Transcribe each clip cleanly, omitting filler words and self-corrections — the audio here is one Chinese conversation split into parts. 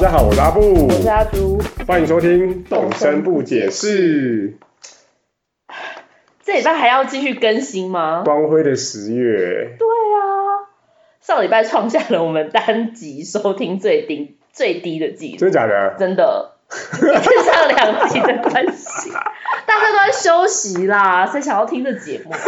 家好，我是阿布， 我是阿朱， 欢迎收听动声不解释。 这礼拜还要继续更新吗？ 光辉的10月。 对啊，上礼拜创下了我们单集收听最低的记录。 真的假的？ 真的，因为上2集的关系，大家都在休息啦，谁想要听这节目？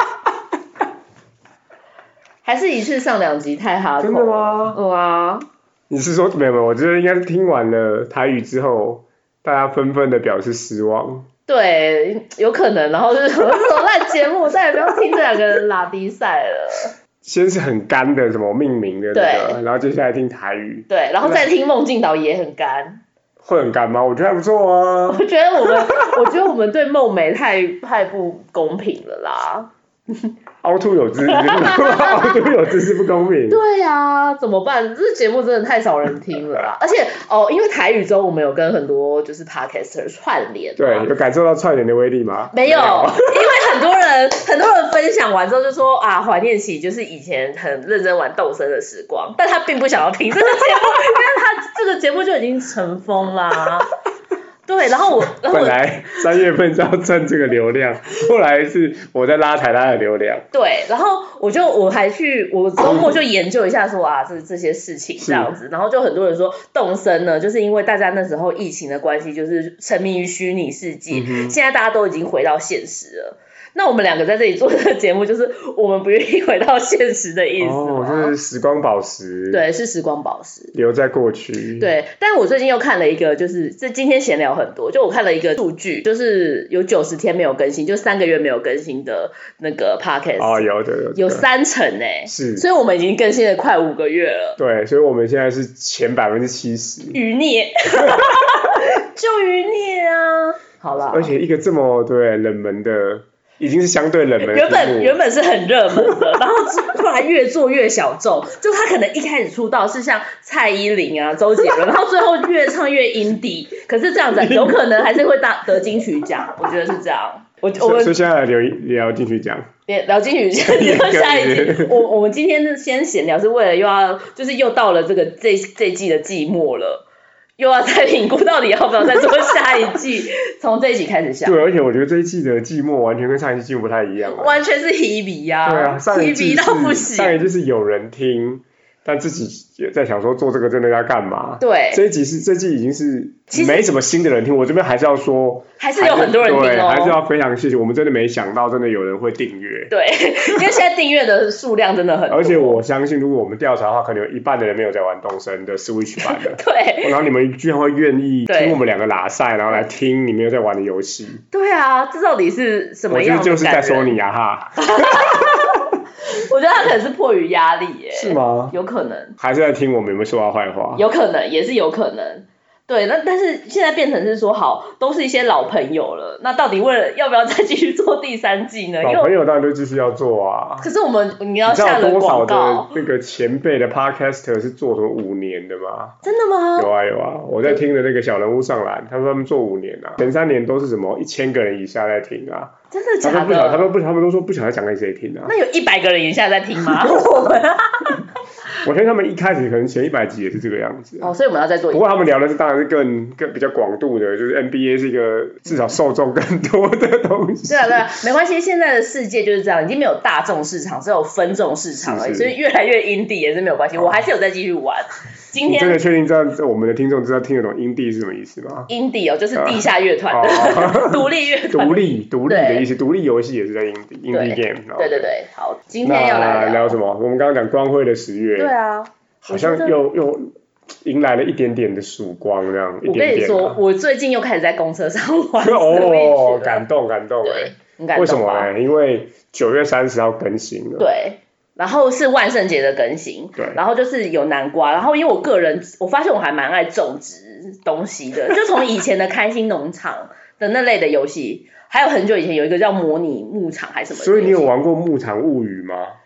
还是一次上2集太哈口？ 真的吗？ 啊。 你是说没有？我觉得应该是听完了台语之后，大家纷纷的表示失望。 对，有可能，然后就是什么烂节目，再也不要听这2个人拉低赛了。 先是很干的什么命名的那个，然后接下来听台语。 对，然后再听孟敬导也很干。 会很干吗？我觉得还不错啊。 我觉得我们对孟美太不公平了啦。 凹凸有致，凹凸有致是不公平。 对啊，怎么办？这节目真的太少人听了啦。而且因为台语中我们有跟很多就是 podcaster 串联。 对，有感受到串联的威力吗？ 没有，因为很多人分享完之后就说啊，怀念起就是以前很认真玩动森的时光，但他并不想要听这个节目，因为他这个节目就已经成风啦。对，然后我本来3月份是要挣这个流量，后来是我在拉抬他的流量。 对，然后我周末就研究一下说啊这些事情这样子，然后就很多人说动森呢，就是因为大家那时候疫情的关系，就是沉迷于虚拟世界，现在大家都已经回到现实了。那我们2个在这里做这个节目，就是我们不愿意回到现实的意思吗？ 这是时光宝石。 对，是时光宝石， 留在过去。 对，但我最近又看了一个，就是今天闲聊很多，就我看了一个数据，就是有90天没有更新，就3个月没有更新的那个 podcast。有30%欸，是，所以我们已经更新了快5个月了。 对，所以我们现在是前70%。 余孽，就余孽啊！好了， 而且一个这么冷门的。已经是相对冷门的原本是很热门的，然后后来越做越小众，就他可能一开始出道是像蔡依林啊、周杰伦，然后最后越唱越indie，可是这样子有可能还是会得金曲奖，我觉得是这样。 所以现在来聊金曲奖， 聊金曲奖，下一集我们今天先闲聊，是为了又到了这季的季末了。又要再评估到底要不要再做下一季，从这一集开始想。 对，而且我觉得这一季的季末完全跟上一季季末不太一样。 完全是 Hebe 啊。 对啊，上一季到不行。 上一季是有人听，但自己也在想说做这个真的要干嘛？ 对。 这季已经是没什么新的人听，我这边还是要说， 还是有很多人听哦。 还是要非常谢谢，我们真的没想到，真的有人会订阅。 对，因为现在订阅的数量真的很多。 而且我相信，如果我们调查的话，可能有一半的人没有在玩动森的 Switch 版的。 对。 然后你们居然会愿意听我们2个拉赛，然后来听你没有在玩的游戏。 对啊，这到底是什么样的感人？ 我觉得就是在说你啊哈。 我觉得他可能是迫于压力耶。 是吗？ 有可能。 还是在听我们有没有说他坏话？ 有可能，也是有可能。对，但是现在变成是说好，都是一些老朋友了，那到底为了要不要再继续做第3季呢？ 老朋友当然就继续要做啊。 可是你要下了广告。你知道多少的那个前辈的 podcaster 是做什么5年的吗？ 真的吗？ 有啊，我在听的那个小人物上篮，他们做5年啊，前3年都是什么1000个人以下在听啊。 真的假的？ 他们都说不晓得讲给谁听啊。 那有100个人以下在听吗？ 我觉得他们一开始可能前100集也是这个样子。 所以我们要再做。 不过他们聊的是当然是更比较广度的，就是 NBA 是一个至少受众更多的东西。 对啊，没关系，现在的世界就是这样，已经没有大众市场，只有分众市场而已，所以越来越 indie 也是没有关系，我还是有在继续玩。今天你真的确定这样我们的听众知道听得懂 indie 是什么意思吗？ indie 就是地下乐团独立乐团。独立的意思， 独立游戏也是在 indie game。 对，好，今天要来聊什么？我们刚刚讲光辉的10月。 对啊。 好像又迎来了一点点的曙光，这样。 我跟你说，我最近又开始在公车上玩。 感动对，很感动。 为什么呢？因为9月30号更新了。 对。然后是万圣节的更新。 对。 然后就是有南瓜，然后因为我个人我发现我还蛮爱种植东西的，就从以前的开心农场的那类的游戏，还有很久以前有一个叫模拟牧场还是什么。 所以你有玩过牧场物语吗？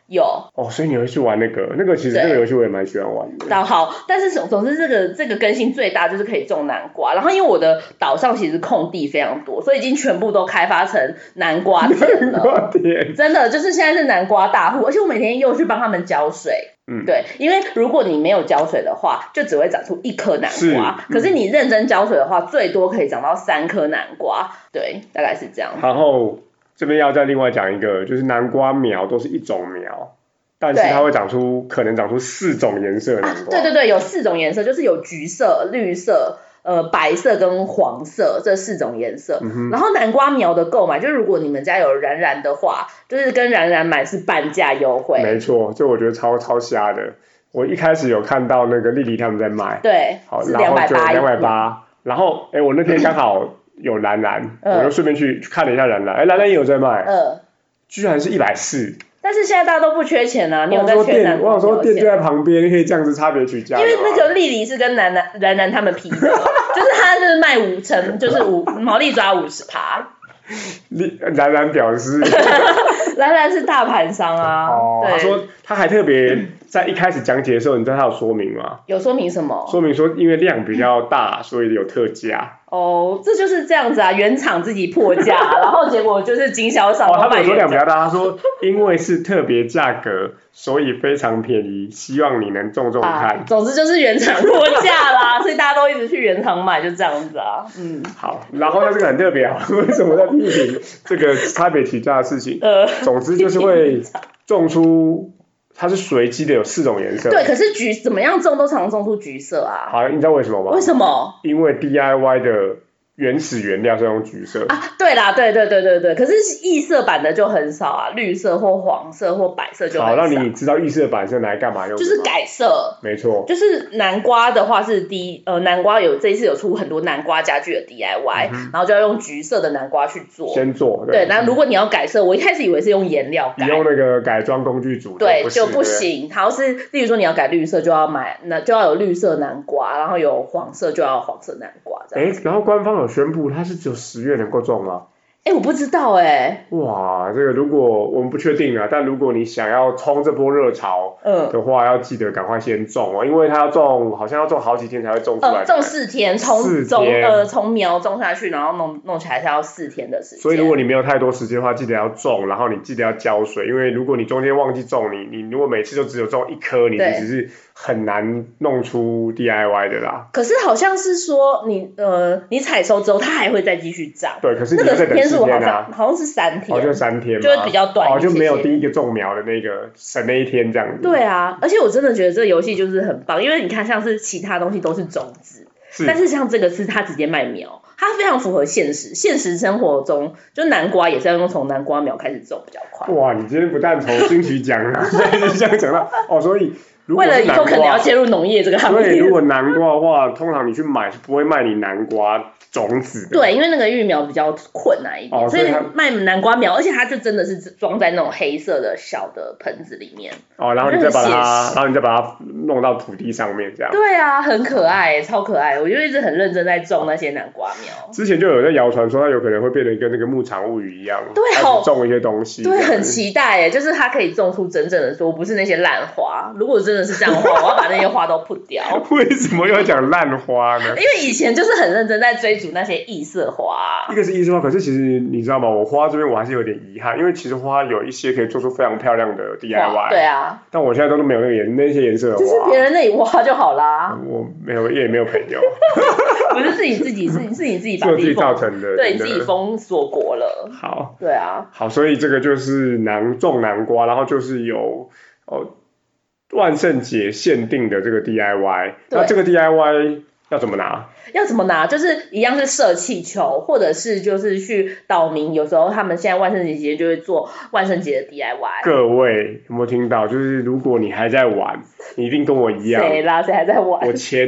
有哦，所以你会去玩那个其实那个游戏我也蛮喜欢玩的。 好，但是总之这个更新最大就是可以种南瓜，然后因为我的岛上其实空地非常多，所以已经全部都开发成南瓜田了。真的就是现在是南瓜大户，而且我每天又去帮他们浇水。对，因为如果你没有浇水的话，就只会长出1颗南瓜。可是你认真浇水的话，最多可以长到3颗南瓜。对，大概是这样。 然后这边要再另外讲一个，就是南瓜苗都是一种苗，但是它会可能长出4种颜色的南瓜。 对，有4种颜色，就是有橘色、绿色。白色跟黄色这4种颜色，然后南瓜苗的购买，就是如果你们家有冉冉的话，就是跟冉冉买是半价优惠。 没错，这我觉得超瞎的。我一开始有看到那个丽丽他们在卖， 对， 好， 是然后就 280， 然后我那天刚好有冉冉，我就顺便去看了一下冉冉，冉冉也有在卖，居然是140。 但是现在大家都不缺钱啊，你有在缺南瓜？ 我想说店就在旁边，可以这样子差别取价。 因为那个丽丽是跟冉冉他们批的，就是他就是卖5成，就是毛利抓50%。 冉冉表示， 冉冉是大盘商啊。 他说他还特别在一开始讲解的时候，你知道他有说明吗？ 有说明什么？ 说明说因为量比较大，所以有特价。 这就是这样子啊，原厂自己破价，然后结果就是经销商他们说量比较大，他说因为是特别价格，所以非常便宜，希望你能种看。 总之就是原厂破价啦，所以大家都一直去原厂买，就这样子啊。 好，然后这个很特别啊，为什么在批评这个差别起价的事情？总之就是会种出。它是随机的，有4种颜色。 对，可是怎么样种都常种出橘色啊。 好，你知道为什么吗？ 为什么？ 因为 DIY 的原始原料是用橘色啊，对啦，对，可是异色版的就很少啊，绿色或黄色或白色就很少。 好，让你知道异色版是拿来干嘛用的？ 就是改色。 没错。 就是南瓜的话是南瓜这一次有出很多南瓜家具的 DIY，然后就要用橘色的南瓜去做。 先做。 对，那如果你要改色，我一开始以为是用颜料改。 你用那个改装工具组。 对，就不行。好，例如说你要改绿色，就要有绿色南瓜，然后有黄色就要黄色南瓜这样。 然后官方有宣布它是只有10月能够种吗？ 我不知道哇，这个如果我们不确定啊，但如果你想要冲这波热潮的话，要记得赶快先种因为它好像要种好几天才会种出来。 种4天，从苗种下去，然后弄起来是要4天的时间。 所以如果你没有太多时间的话，记得要种，然后你记得要浇水，因为如果你中间忘记种，你如果每次就只有种1颗，你其实是很难弄出 DIY 的啦。 可是好像是说你采收之后，它还会再继续长。 对，可是你要再等4天啊， 好像是3天。 就3天嘛， 就会比较短一些。 就没有第一个种苗的那个省那1天这样子。 对啊，而且我真的觉得这个游戏就是很棒，因为你看像是其他东西都是种子，但是像这个是它直接卖苗，它非常符合现实生活中，就南瓜也是要从南瓜苗开始种比较快。 哇，你今天不但从金曲奖现在是这样讲到所以为了以后可能要切入农业这个行业。 对，如果南瓜的话，通常你去买是不会卖你南瓜种子的。 对，因为那个育苗比较困难一点，所以卖南瓜苗，而且它就真的是装在那种黑色的小的盆子里面。 然后你再把它弄到土地上面这样。 对啊，很可爱，超可爱。我就一直很认真在种那些南瓜苗。 之前就有在谣传说它有可能会变成跟那个牧场物语一样， 对， 种一些东西。 对，很期待就是它可以种出真正的说，不是那些烂花。如果真的是这样的话，我要把那些花都扑掉。 为什么要讲烂花呢？ 因为以前就是很认真在追逐那些异色花。 一个是异色花，可是其实你知道吗？我花这边我还是有点遗憾，因为其实花有一些可以做出非常漂亮的 DIY。 对啊。 但我现在都没有那些颜色的花。 就是别人那里挖就好啦。 我没有，也没有朋友。 不是是你自己把自己造成的。 对，你自己封锁国了。 好。 对啊。 好，所以这个就是种南瓜，然后就是有万圣节限定的这个 DIY， 那这个 DIY 要怎么拿？ 就是一样是射气球，或者是就是去岛民，有时候他们现在万圣节期间就会做万圣节的 DIY。 各位有没有听到？就是如果你还在玩，你一定跟我一样。 谁还在玩？ 我前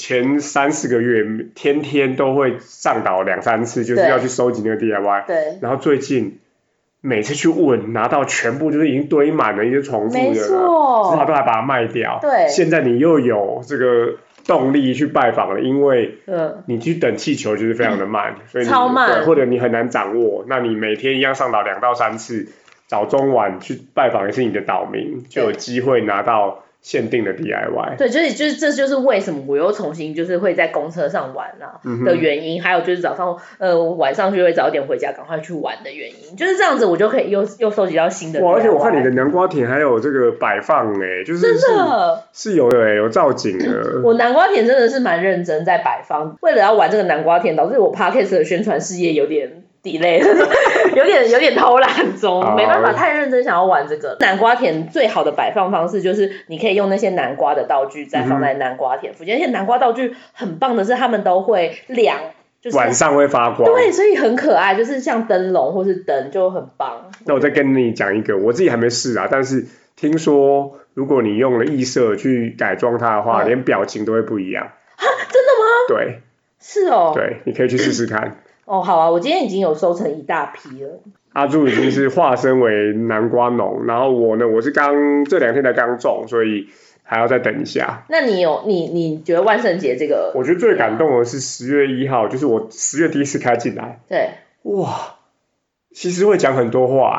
3-4个月天天都会上岛2-3次，就是要去收集那个 DIY。 对。 然后最近每次去问，拿到全部就是已经堆满了一些重复的了， 没错， 只好都还把它卖掉。 对。 现在你又有这个动力去拜访了，因为你去等气球就是非常的慢，所以超慢， 或者你很难掌握，那你每天一样上岛2到3次， 早中晚去拜访一次你的岛民，就有机会拿到限定的 DIY。 对，就是这就是为什么我又重新就是会在公车上玩的原因，还有就是早上晚上就会早点回家赶快去玩的原因，就是这样子我就可以又收集到新的 DIY。 而且我看你的南瓜田还有这个摆放就是真的是有的有造景的。 我南瓜田真的是蛮认真在摆放，为了要玩这个南瓜田，导致我 Podcast 的宣传事业有点delay 有点偷懒中，没办法太认真想要玩这个南瓜田。最好的摆放方式就是你可以用那些南瓜的道具再放在南瓜田附近，而且南瓜道具很棒的是他们都会亮，就是晚上会发光， 对，所以很可爱，就是像灯笼或是灯就很棒。 那我再跟你讲一个，我自己还没试啊，但是听说如果你用了异色去改装它的话，连表情都会不一样。 啊，真的吗？ 对， 是哦， 对，你可以去试试看。 哦，好啊，我今天已经有收成一大批了。 阿朱已经是化身为南瓜农，然后我呢，我是这2天才刚种，所以还要再等一下。 那你觉得万圣节这个？ 我觉得最感动的是10月1号，就是我10月第一次开进来。 对。 哇，其实会讲很多话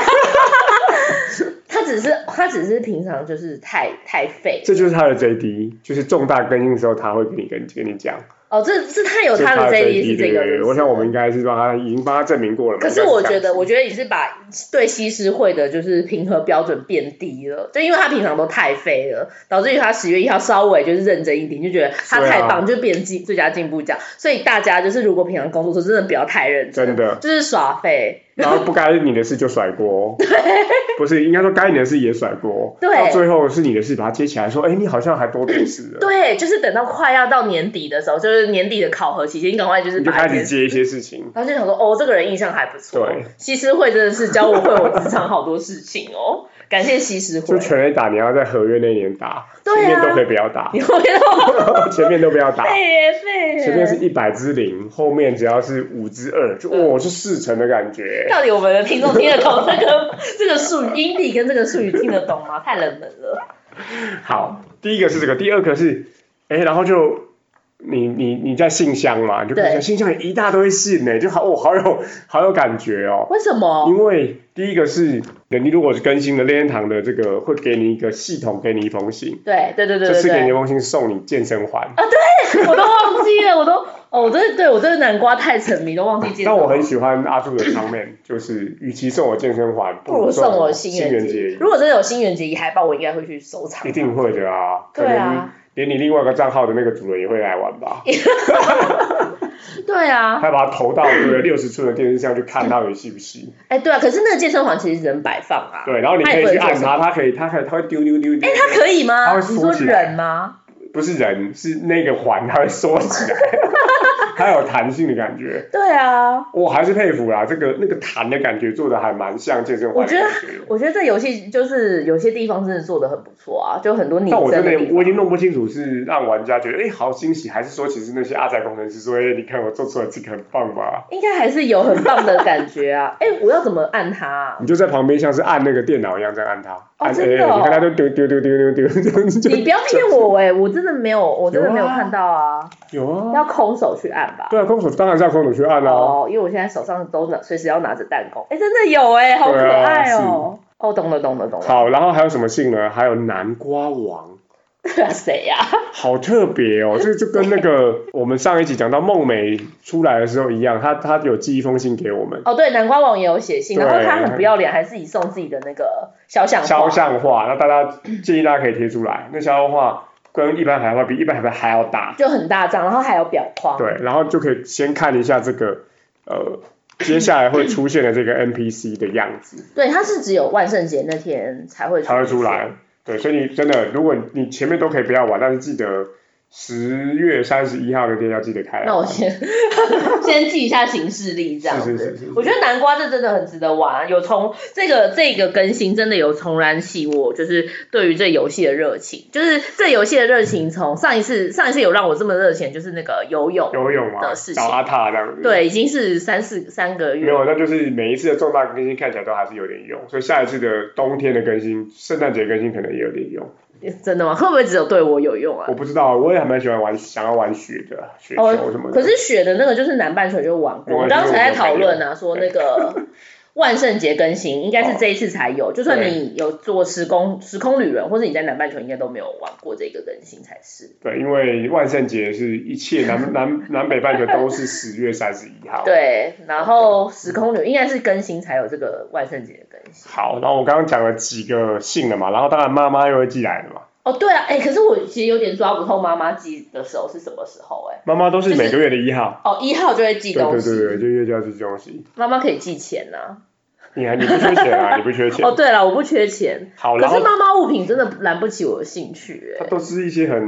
他只是平常就是太废。 这就是他的 JD， 就是重大更新的时候他会跟你讲。 哦，这是他有他的 JD 是这个， 对，我想我们应该是已经帮他证明过了嘛。 可是我觉得你是把对西施会的就是评核标准变低了，就因为他平常都太废了，导致于他10月1号稍微就是认真一点，就觉得他太棒，就变成最佳进步奖。所以大家就是如果平常工作的时候真的不要太认真， 真的就是耍废。 然后不该你的事就甩锅，对，不是应该说该你的事也甩锅， 对， 到最后是你的事把它接起来说，你好像还多点事了， 对，就是等到快要到年底的时候，就是年底的考核期间，你赶快就是你就开始接一些事情， 然后就想说这个人印象还不错， 对， 西施会真的是教我职场好多事情哦。感谢西施会。 就全垒打你要在合约那年打，前面都可以不要打，前面都不要打，前面是100支0，后面只要是5支2，就是4成的感觉。 到底我们的听众听得懂这个术语音笔跟这个术语听得懂吗？太冷门了。 好，第一个是这个，第二个是然后就你在信箱嘛，就看信箱里一大堆信就好有感觉哦。 为什么？ 因为第一个是你如果是更新了练天堂的这个，会给你一个系统，给你一封信。 对， 这次给你一封信送你健身环。 啊，对，我都忘记了，我对南瓜太沉迷，都忘记健身环。 但我很喜欢阿朱的场面，就是与其送我健身环， 不如送我新元节。 如果真的有新元节海报，我应该会去收藏。 一定会的啊， 对啊。 连你另外一个账号的那个主人也会来玩吧？ 对啊， 还把它投到60寸的电视上去看到底细不细？ 对啊，可是那个健身环其实能摆放啊。 对，然后你可以去按它，它会丢。 它可以吗？ 它会缩起来。 你说人吗？ 不是人，是那个环它会缩起来。它有弹性的感觉。 对啊， 我还是佩服啦，那个弹的感觉做的还蛮像健身环的感觉。 我觉得这游戏就是有些地方真的做的很不错啊，就很多拟真的地方。 但我已经弄不清楚是让玩家觉得好惊喜，还是说其实那些阿宅工程师说你看我做出来这个很棒吧？ 应该还是有很棒的感觉啊。我要怎么按它啊？ 你就在旁边像是按那个电脑一样在按它。 真的哦。 你看它就丢。 你不要骗我我真的没有看到啊。 有啊。 要空手去按吧？ 对啊，空手当然是要空手去按啊。 因为我现在手上都随时要拿着弹弓。真的有好可爱哦。懂了。 好，然后还有什么信呢？还有南瓜王。 谁呀？ 好特别哦，这就跟那个我们上一集讲到梦美出来的时候一样，他有寄一封信给我们。 对，南瓜王也有写信，然后他很不要脸，还自己送自己的那个肖像画， 那大家建议大家可以贴出来，那肖像画跟一般海报比一般海报还要大， 就很大张，然后还有表框。 对，然后就可以先看一下这个接下来会出现的这个 NPC 的样子。 对，它是只有万圣节那天才会出来。对，所以你真的，如果你前面都可以不要玩，但是记得10月31号那天要记得开。 那我先记一下行事历这样子。 是。 我觉得南瓜这真的很值得玩，有从这个更新真的有重燃起我就是对于这游戏的热情，就是这游戏的热情从上一次有让我这么热情，就是那个游泳的事情， 找阿塔这样子。 对，已经是3个月。 没有，那就是每一次的重大更新看起来都还是有点用，所以下一次的冬天的更新、圣诞节更新可能也有点用。 真的吗？会不会只有对我有用啊？ 我不知道，我也还蛮喜欢想要玩雪的，雪球什么的。 可是雪的那个就是南半球就玩过，我刚才在讨论啊，说那个万圣节更新，应该是这一次才有。就算你有做时空旅人，或者你在南半球应该都没有玩过这个更新才是。 对，因为万圣节是一切南北半球都是10月31号。 对，然后时空旅人应该是更新才有这个万圣节的更新。 好，然后我刚刚讲了几个姓了嘛，然后当然妈妈又会寄来的嘛。 哦，对啊，可是我其实有点抓不透妈妈寄的时候是什么时候妈妈都是每个月的1号。 1号就会寄东西。 对，就月就要寄东西。 妈妈可以寄钱啊。 你不缺钱啊，你不缺钱。 对了，我不缺钱。 好， 可是妈妈物品真的燃不起我的兴趣。 它都是一些很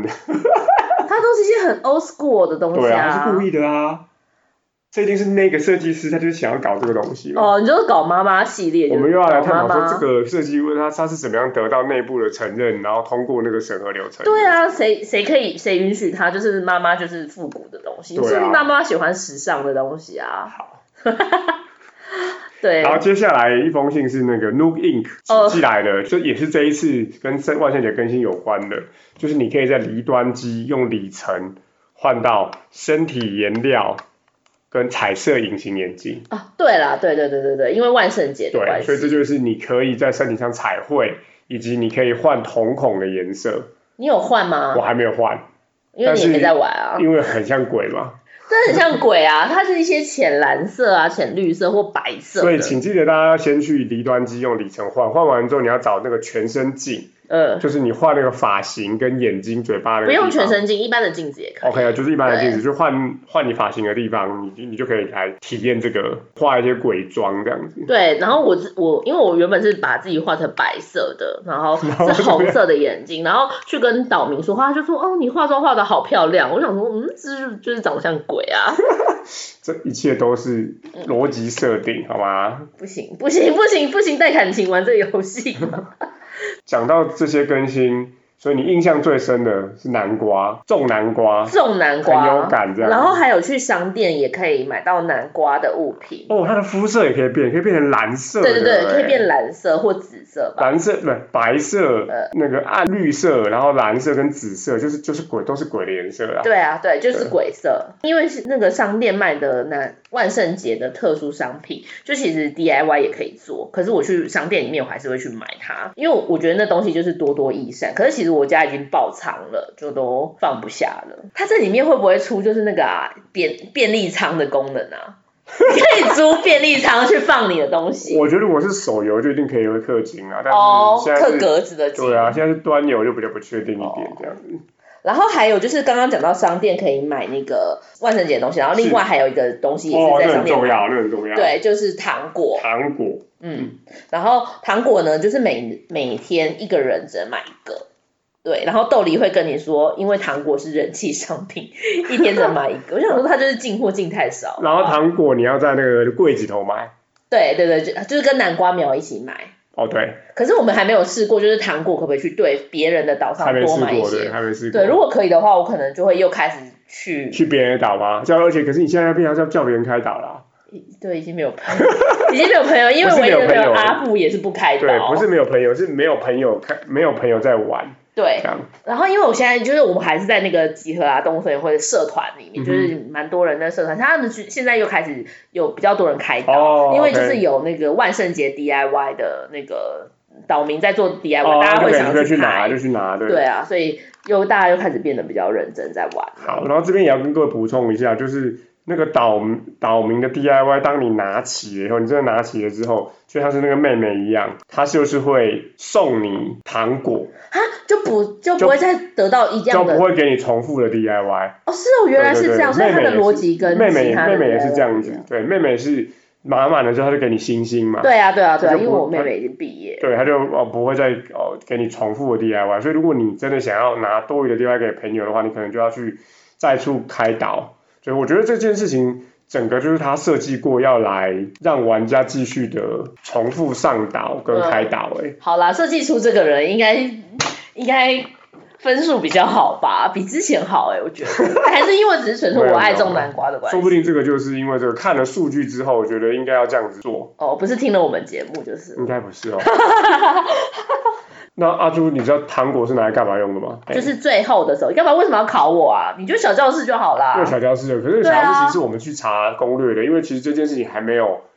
old school 的东西啊。 对啊，他是故意的啊。这一定是那个设计师，他就是想要搞这个东西。 你就是搞妈妈系列。 我们又要来探讨说这个设计他是怎么样得到内部的承认，然后通过那个审核流程。 对啊，谁允许他就是妈妈就是复古的东西？说明妈妈喜欢时尚的东西啊。 好。 对。 然后接下来一封信是那个 Nook Inc 寄来的，就也是这一次跟万圣节更新有关的，就是你可以在离端机用里程换到身体颜料。跟彩色隐形眼镜对啦，对，因为万圣节的关系， 所以这就是你可以在身体上彩绘，以及你可以换瞳孔的颜色。 你有换吗？ 我还没有换， 因为你也没在玩啊。 因为很像鬼嘛。 真的很像鬼啊，它是一些浅蓝色啊、浅绿色或白色的。 所以请记得大家要先去离端机用里程换完之后，你要找那个全身镜。就是你画那个发型跟眼睛、嘴巴的。 不用全身镜，一般的镜子也可以。 OK 啊，就是一般的镜子，就换你发型的地方，你就可以来体验这个画一些鬼妆这样子。 对，然后我因为我原本是把自己画成白色的，然后是红色的眼睛，然后去跟岛民说话，他就说你化妆画的好漂亮。我想说，这就是长得像鬼啊。 这一切都是逻辑设定，好吗？ 不行，带感情玩这个游戏。 讲到这些更新，所以你印象最深的是南瓜，种南瓜，很有感这样。 然后还有去商店也可以买到南瓜的物品。 它的肤色也可以变成蓝色的。 对，可以变蓝色或紫色吧。 蓝色不白色，那个暗绿色，然后蓝色跟紫色，就是鬼，都是鬼的颜色啦。 对啊，对，就是鬼色。因为是那个商店卖的万圣节的特殊商品，就其实 DIY 也可以做，可是我去商店里面我还是会去买它，因为我觉得那东西就是多多益善。可是其实我家已经爆仓了，就都放不下了。它这里面会不会出就是那个便利仓的功能啊？你可以租便利仓去放你的东西。 我觉得如果是手游就一定可以氪金啊，但是现在氪格子的金。 对啊，现在是端游就比较不确定一点这样子。 然后还有就是刚刚讲到商店可以买那个万圣节的东西，然后另外还有一个东西也是在商店买， 那很重要。 对，就是糖果。然后糖果呢，就是每天一个人只能买一个。对，然后豆梨会跟你说，因为糖果是人气商品，一天只能买一个。我想说他就是进货进太少。 然后糖果你要在那个柜子头买。 对，就是跟南瓜苗一起买。 对。 可是我们还没有试过，就是糖果可不可以去对别人的岛上多买一些？ 还没试过。 对，如果可以的话，我可能就会又开始去别人的岛吗？而且可是你现在变成叫别人开岛啦。 对，已经没有朋友，因为我有朋友阿布也是不开岛。 对，不是没有朋友，是没有朋友在玩。 对，然后因为我现在就是我们还是在那个集合动物森友会的社团里面，就是蛮多人的社团，他们现在又开始有比较多人开岛，因为就是有那个万圣节 DIY 的那个岛民在做 DIY，大家会想要去拿就去拿， 对啊，所以大家又开始变得比较认真在玩。 好，然后这边也要跟各位补充一下，就是那个岛民的 DIY， 当你拿起了以后，你真的拿起了之后，就像是那个妹妹一样，她就是会送你糖果。 就不会再得到一样的， 就不会给你重复的 DIY。 原来是这样，所以它的逻辑跟妹妹也是这样子，对，妹妹是满的之后，他就给你星星嘛。对啊，因为我妹妹已经毕业。 对，他就不会再给你重复的 DIY， 所以如果你真的想要拿多余的 DIY 给朋友的话，你可能就要去再处开岛。所以我觉得这件事情整个就是他设计过要来让玩家继续的重复上岛跟开岛。 好啦，设计出这个人应该分数比较好吧，比之前好我觉得，还是因为只是纯粹我爱种南瓜的关系。 说不定这个就是因为这个看了数据之后，我觉得应该要这样子做。 不是听了我们节目就是。 应该不是哦。那阿朱，你知道糖果是拿来干嘛用的吗？ 就是最后的时候，干嘛为什么要考我啊？你就小教室就好啦。 有小教室的，可是小教室其实是我们去查攻略的，因为其实这件事情还没有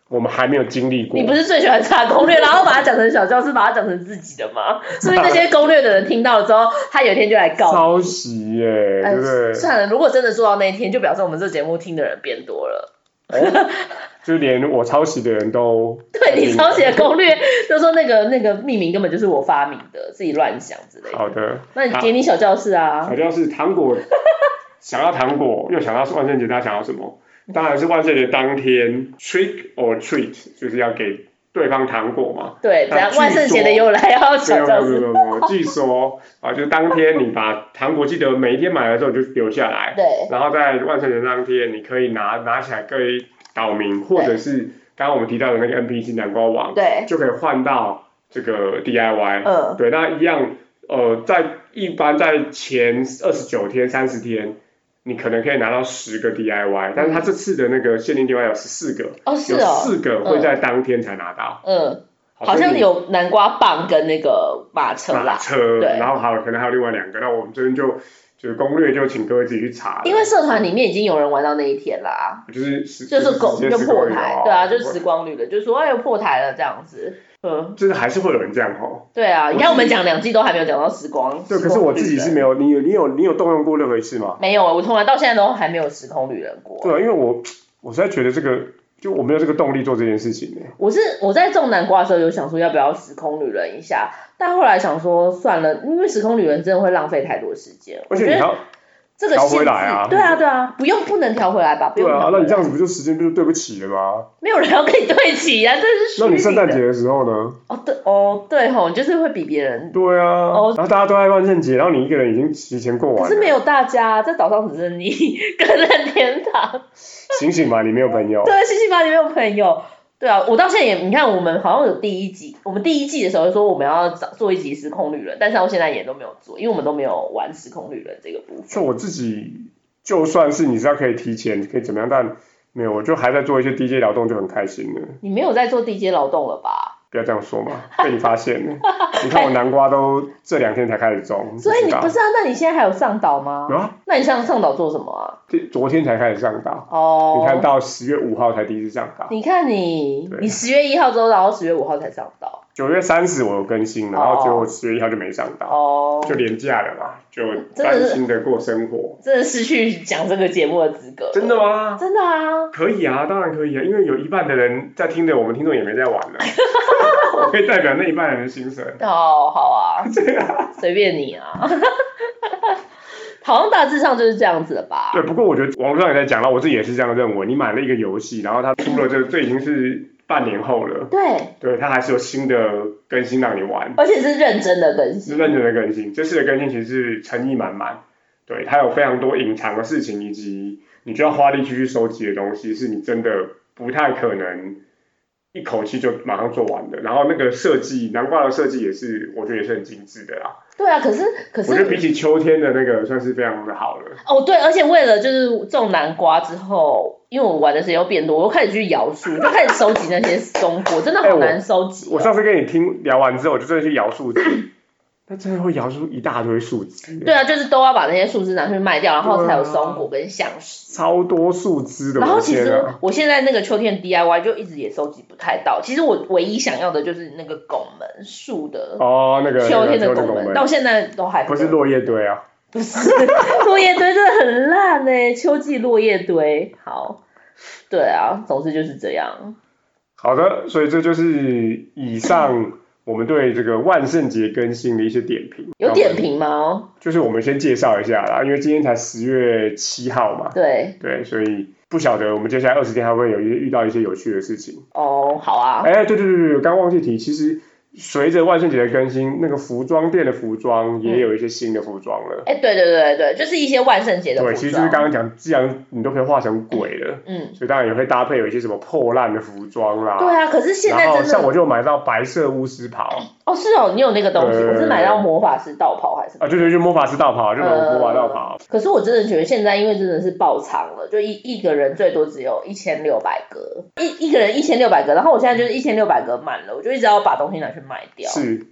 我们还没有经历过。 你不是最喜欢查攻略，然后把它讲成小教室，把它讲成自己的吗？所以那些攻略的人听到了之后，他有一天就来告你抄袭耶，对不对？ 算了，如果真的做到那一天，就表示我们这节目听的人变多了。 就连我抄袭的人都对你抄袭的攻略，就说那个命名根本就是我发明的，自己乱想之类的。 好的， 那你给你小教室啊？ 小教室糖果，想要糖果，又想到万圣节，大家想要什么？当然是万圣节当天 trick or treat， 就是要给对方糖果嘛。 对，怎样？万圣节的由来要小教室。 据说啊，就是当天你把糖果记得每一天买的时候就留下来， 对。 然后在万圣节当天，你可以拿起来可以岛民，或者是刚刚我们提到的那个 NPC 南瓜王， 对， 就可以换到这个 DIY。对，那一样一般在前29天、30天。你可能可以拿到10个 DIY，但是它这次的那个限定 DIY 有14个，有4个会在当天才拿到。 好像有南瓜棒跟那个马车啦。 马车，对，然后可能还有另外2个，那我们这边就是攻略就请各位自己去查。 因为社团里面已经有人玩到那一天啦，就是破台，对啊，就是时光旅的，就是说又破台了这样子。 就是还是会有人这样对啊，你看我们讲2季都还没有讲到时光。 对，可是我自己是没有，你有动用过任何一次吗？ 没有，我从来到现在都还没有时空旅人过。 对啊，因为我实在觉得这个就我没有这个动力做这件事情呢。 我在种南瓜的时候有想说要不要时空旅人一下，但后来想说算了，因为时空旅人真的会浪费太多时间。 而且你要这个调回来啊！ 对啊，不能调回来吧？ 对啊，那你这样子不就时间就对不起了吗？ 没有人要跟你对齐啊，这是。 那你圣诞节的时候呢？ 对吼，就是会比别人。 对啊。然后大家都在万圣节，然后你一个人已经提前过完了。 可是没有大家，在岛上只是你跟任天堂。 醒醒吧，你没有朋友。 对，醒醒吧，你没有朋友。对啊，我到现在你看我们好像有第一季，我们第1季的时候说我们要做一集时空旅人，但是到现在也都没有做，因为我们都没有玩时空旅人这个部分。 就我自己，就算是你知道可以提前可以怎么样，但没有，我就还在做一些 DJ 劳动，就很开心了。 你没有在做 DJ 劳动了吧？ 不要这样说嘛，被你发现了。你看我南瓜都这2天才开始种， 所以你不是啊？那你现在还有上岛吗？ 有啊。 那你上岛做什么啊？ 昨天才开始上岛。你看到10月5号才第一次上岛。 你看你10月1号之后，然后10月5号才上岛。 9月30我有更新了，然后结果10月1号就没上岛。就连假了嘛，就专心的过生活。 真的失去讲这个节目的资格。 真的吗？ 真的啊。 可以啊，当然可以啊，因为有一半的人在听的，我们听众也没在玩了。我可以代表那一半人的心声。 好啊。对啊。随便你啊。好像大致上就是这样子的吧。 对，不过我觉得网络上也在讲到，我自己也是这样认为。你买了一个游戏，然后它出了这已经是半年后了。对，它还是有新的更新让你玩， 而且是认真的更新。 是认真的更新，这次的更新其实是诚意满满。对，它有非常多隐藏的事情，以及你就要花力气去收集的东西，是你真的不太可能一口气就马上做完的。然后那个设计，南瓜的设计也是，我觉得也是很精致的啦。 对啊，可是我觉得比起秋天的那个算是非常的好了。 对，而且为了就是种南瓜之后，因为我玩的时间又变多，我又开始去摇树，就开始收集那些松果，真的好难收集。 我上次跟你聊完之后，我就真的去摇树枝。那真的会摇出一大堆树枝。 对啊，就是都要把那些树枝拿去卖掉，然后才有松果跟橡实。 超多树枝的。 然后其实我现在那个秋天 DIY 就一直也收集不太到。其实我唯一想要的就是那个拱门树的。 那个秋天的拱门，到现在都还不是落叶堆啊。 不是，落叶堆真的很烂欸，秋季落叶堆。好，对啊，总之就是这样。 好的，所以这就是以上。我们对这个万圣节更新的一些点评。 有点评吗？ 就是我们先介绍一下啦，因为今天才10月7号嘛。对，所以不晓得我们接下来20天还会不会遇到一些有趣的事情。 好啊。 对，刚忘记提，其实随着万圣节的更新，那个服装店的服装也有一些新的服装了。 对，就是一些万圣节的服装。 对，其实就是刚刚讲，既然你都可以画成鬼了，所以当然也会搭配有一些什么破烂的服装啦。 对啊，可是现在真的， 像我就买到白色巫师袍。 是哦，你有那个东西，我是买到魔法师道袍还是什么？ 对，就魔法师道袍，就魔法道袍。 可是我真的觉得现在因为真的是爆仓了，就一个人最多只有1600格，一个人1600格，然后我现在就是1600格满了，我就一直要把东西拿去卖掉。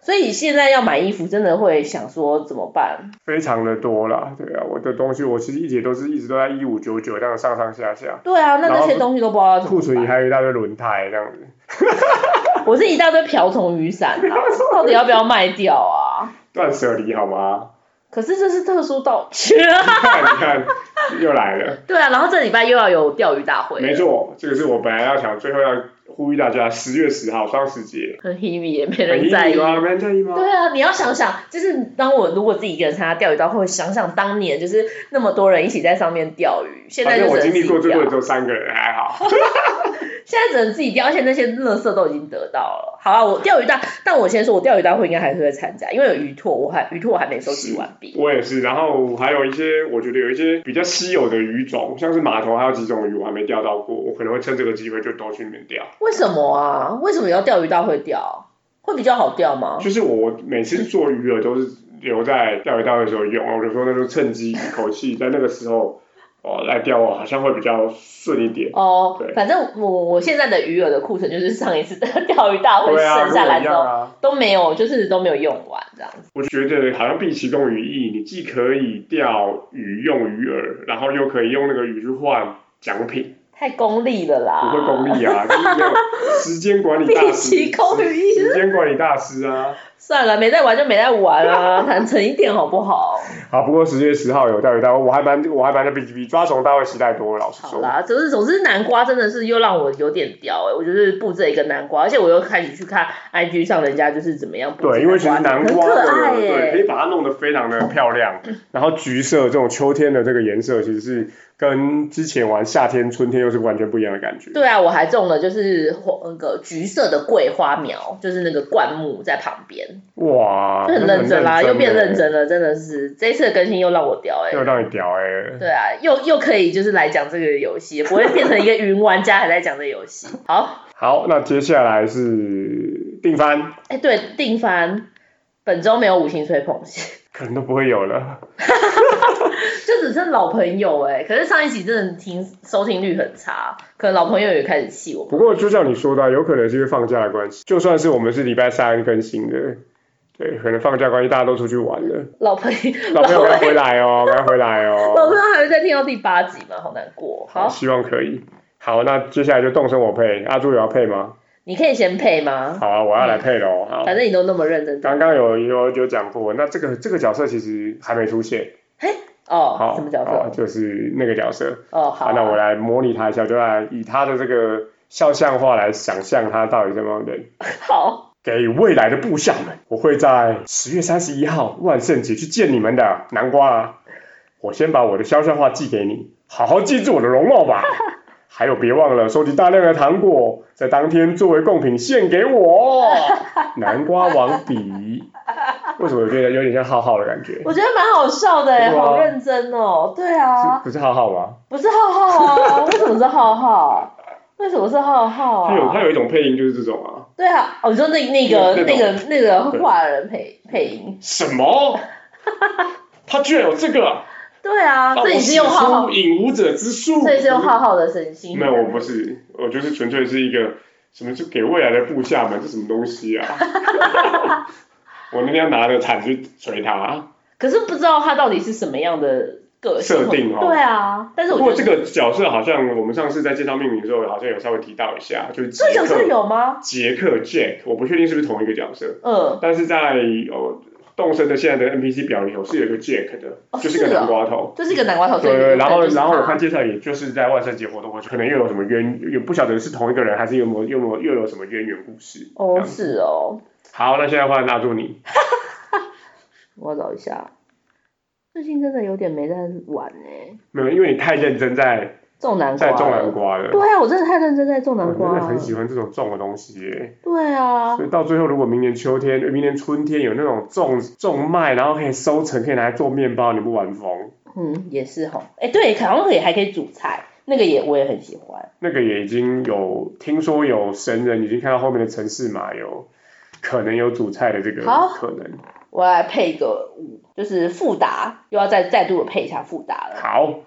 所以现在要买衣服真的会想说怎么办？ 非常的多啦，对啊，我的东西我其实一直都在1599这样上上下下。 对啊，那些东西都不知道怎么办。 库存里还有一大堆轮胎这样子。 我是一大堆瓢虫雨伞啊，到底要不要卖掉啊？ 断舍离好吗？ 可是这是特殊道具啊！ 你看又来了。 对啊，然后这礼拜又要有钓鱼大会。 没错，这个是我本来要想最后要呼吁大家，10月10号双十节。 很 heavy 也没人在意吗？没人在意吗？ 对啊，你要想想，就是当我如果自己一个人参加钓鱼大会，想想当年就是那么多人一起在上面钓鱼，现在就我经历过最多只有3个人，还好。 现在只能自己钓，而且那些垃圾都已经得到了。好啊，我钓鱼大，但我先说，我钓鱼大会应该还是会参加，因为有鱼拓，鱼拓我还没收集完毕。 我也是，然后还有一些，我觉得有一些比较稀有的鱼种，像是码头还有几种鱼我还没钓到过，我可能会趁这个机会就都去那边钓。 为什么啊？为什么要钓鱼大会钓？会比较好钓吗？ 就是我每次做鱼饵都是留在钓鱼大会的时候用，我就说那就趁机一口气在那个时候。来钓好像会比较顺一点。对， 反正我现在的鱼饵的库存就是上一次的钓鱼大会剩下来之后都没有，就是都没有用完这样子。 我觉得好像毕其功于役，你既可以钓鱼用鱼饵，然后又可以用那个鱼去换奖品。 太功利了啦！ 不会功利啊，就是没有时间管理大师。 毕其功于役， 时间管理大师啊。 算了，没在玩就没在玩啊，坦诚一点好不好？ 好，不过10月10号有钓鱼大会，我还蛮比抓虫大会期待多了，老实说。 好啦，总之南瓜真的是又让我有点屌我就是布这一个南瓜，而且我又开始去看 IG 上人家就是怎么样布对，因为其实南瓜对， 可以把它弄得非常的漂亮，然后橘色这种秋天的这个颜色，其实是跟之前玩夏天、春天又是完全不一样的感觉。 对啊，我还种了就是那个橘色的桂花苗，就是那个灌木在旁边。 哇， 就很认真啦，又变认真了，真的是这一次的更新又让我屌又让你屌对啊，又可以就是来讲这个游戏，不会变成一个云玩家还在讲这个游戏。好， 那接下来是定番。 对，定番，本周没有5星吹捧可能都不会有了。 就只剩老朋友可是上一集真的收听率很差，可能老朋友也开始气我们。 不过就像你说的，有可能是因为放假的关系，就算是我们是礼拜3更新的，对，可能放假关系大家都出去玩了。老朋友赶快回来哦，赶快回来哦。 老朋友还会再听到第8集吗？好难过。好， 希望可以。好，那接下来就动身我配，阿朱有要配吗？ 你可以先配吗？ 好啊，我要来配咯。好， 反正你都那么认真。 刚刚有讲过，那这个角色其实还没出现。 好，什么角色？ 就是那个角色。 好， 那我来模拟他一下，就来以他的这个肖像画来想象他到底什么样的人。 好。 给未来的部下们，我会在10月31号万圣节去见你们的，南瓜啊！我先把我的肖像画寄给你，好好记住我的容貌吧。还有别忘了收集大量的糖果，在当天作为贡品献给我。南瓜王比，为什么我觉得有点像浩浩的感觉？ 我觉得蛮好笑的好认真哦。对啊。 不是浩浩吗？ 不是浩浩啊，为什么是浩浩？为什么是浩浩啊？ 他有一种配音就是这种啊。 对啊，你说那个画人配音。 什么？他居然有这个？ 对啊，这也是用浩浩引武者之术， 所以是用浩浩的声音。 没有，我不是，我就是纯粹是一个什么，就给未来的部下们，这什么东西啊？我那天拿着铲去捶他。可是不知道他到底是什么样的个性设定对啊，但是不过这个角色好像我们上次在介绍命名的时候，好像有稍微提到一下，就是这角色有吗？ 杰克 Jack， 我不确定是不是同一个角色。但是在动森的现在的 NPC 表里头是有一个 Jack 的，就是个南瓜头， 就是一个南瓜头。 对，然后我看介绍，也就是在万圣节活动过去，可能又有什么也不晓得是同一个人，还是又有什么渊源故事。 是哦。 好，那现在换拉住你。 我找一下，最近真的有点没在玩没有，因为你太认真在种南瓜了。 对啊，我真的太认真在种南瓜了。 我真的很喜欢这种种的东西对啊。 所以到最后，如果明年春天有那种种麦，然后可以收成，可以拿来做面包，你不玩疯？ 也是吼。对，好像还可以煮菜，那个我也很喜欢。 那个也已经有听说有神人已经看到后面的城市码有可能有煮菜的这个可能。 我来配一个就是富达，又要再度的配一下富达了。 好。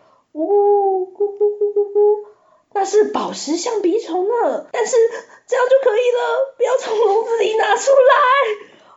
那是宝石象鼻虫呢，但是这样就可以了，不要从笼子里拿出来。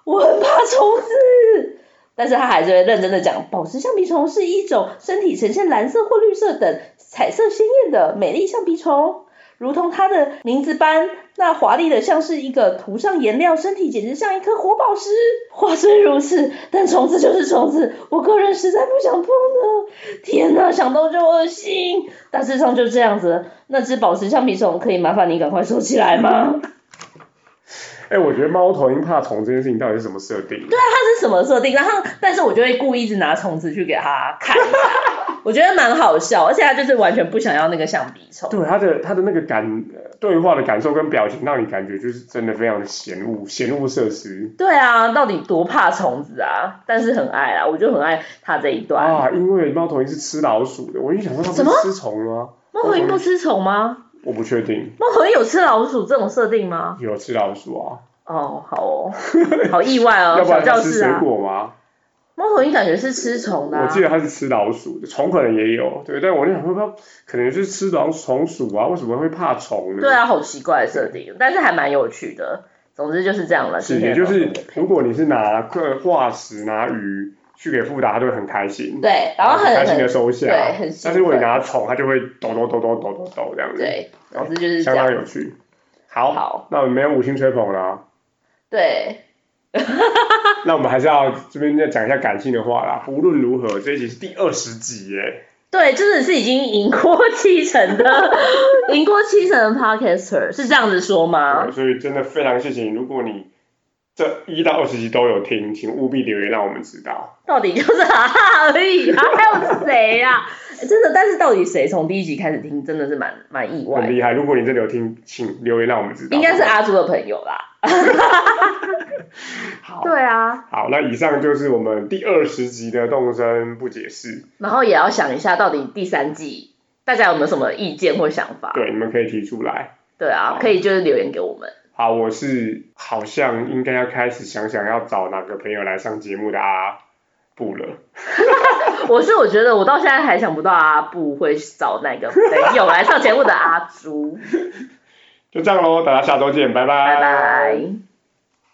我很怕虫子。但是他还是会认真的讲，宝石橡皮虫是一种身体呈现蓝色或绿色等彩色鲜艳的美丽橡皮虫，如同它的名字般，那华丽的像是一个涂上颜料，身体简直像一颗活宝石。话虽如此，但虫子就是虫子，我个人实在不想碰的。天哪，想到就恶心。大致上就这样子，那只宝石橡皮虫可以麻烦你赶快收起来吗？ 我觉得猫头鹰怕虫这件事情到底是什么设定？ 对啊，它是什么设定？然后，但是我就会故意一直拿虫子去给它看一下，我觉得蛮好笑，而且它就是完全不想要那个橡皮虫。 对，它的那个对话的感受跟表情，让你感觉就是真的非常的嫌恶设施。 对啊，到底多怕虫子啊？但是很爱啊，我就很爱它这一段。 啊，因为猫头鹰是吃老鼠的，我一想说它不是吃虫吗？ 猫头鹰不吃虫吗？ 我不确定。 猫头鹰有吃老鼠这种设定吗？ 有吃老鼠啊。 哦，好哦，好意外哦， 要不然小教室啊。 它吃水果吗？ 猫头鹰感觉是吃虫的、啊。 我记得它是吃老鼠的，虫可能也有，对，但我就想说，可能是吃虫鼠啊，为什么会怕虫呢？ 对啊，好奇怪的设定，但是还蛮有趣的。总之就是这样了。 是，也就是如果你是拿化石、拿鱼去给富达，他就会很开心。 对，然后很开心的收下。 对，很兴奋。 但是如果你拿虫，它就会抖这样子。 对，总之就是这样。 相当有趣。好，那我们没有5星吹捧了、啊。 对。 那我们还是要这边再讲一下感性的话啦。无论如何，这一集是第20集耶。 对，真的是已经赢过70%的podcaster， 是这样子说吗？ 对，所以真的非常谢谢你。如果你这1到20集都有听，请务必留言让我们知道。 到底就是哈哈而已啊，还有谁啊？真的，但是到底谁从第1集开始听，真的是蛮意外的。 很厉害，如果你真的有听，请留言让我们知道。 应该是阿朱的朋友啦。 好， 对啊。 好，那以上就是我们第20集的动森不解释。 然后也要想一下，到底第3季大家有没有什么意见或想法？ 对，你们可以提出来。 对啊，可以就是留言给我们。 好，我是好像应该要开始想要找哪个朋友来上节目的阿布了。 我觉得我到现在还想不到阿布会找哪个朋友来上节目的阿朱。 就这样咯，大家下周见，拜拜。 拜拜。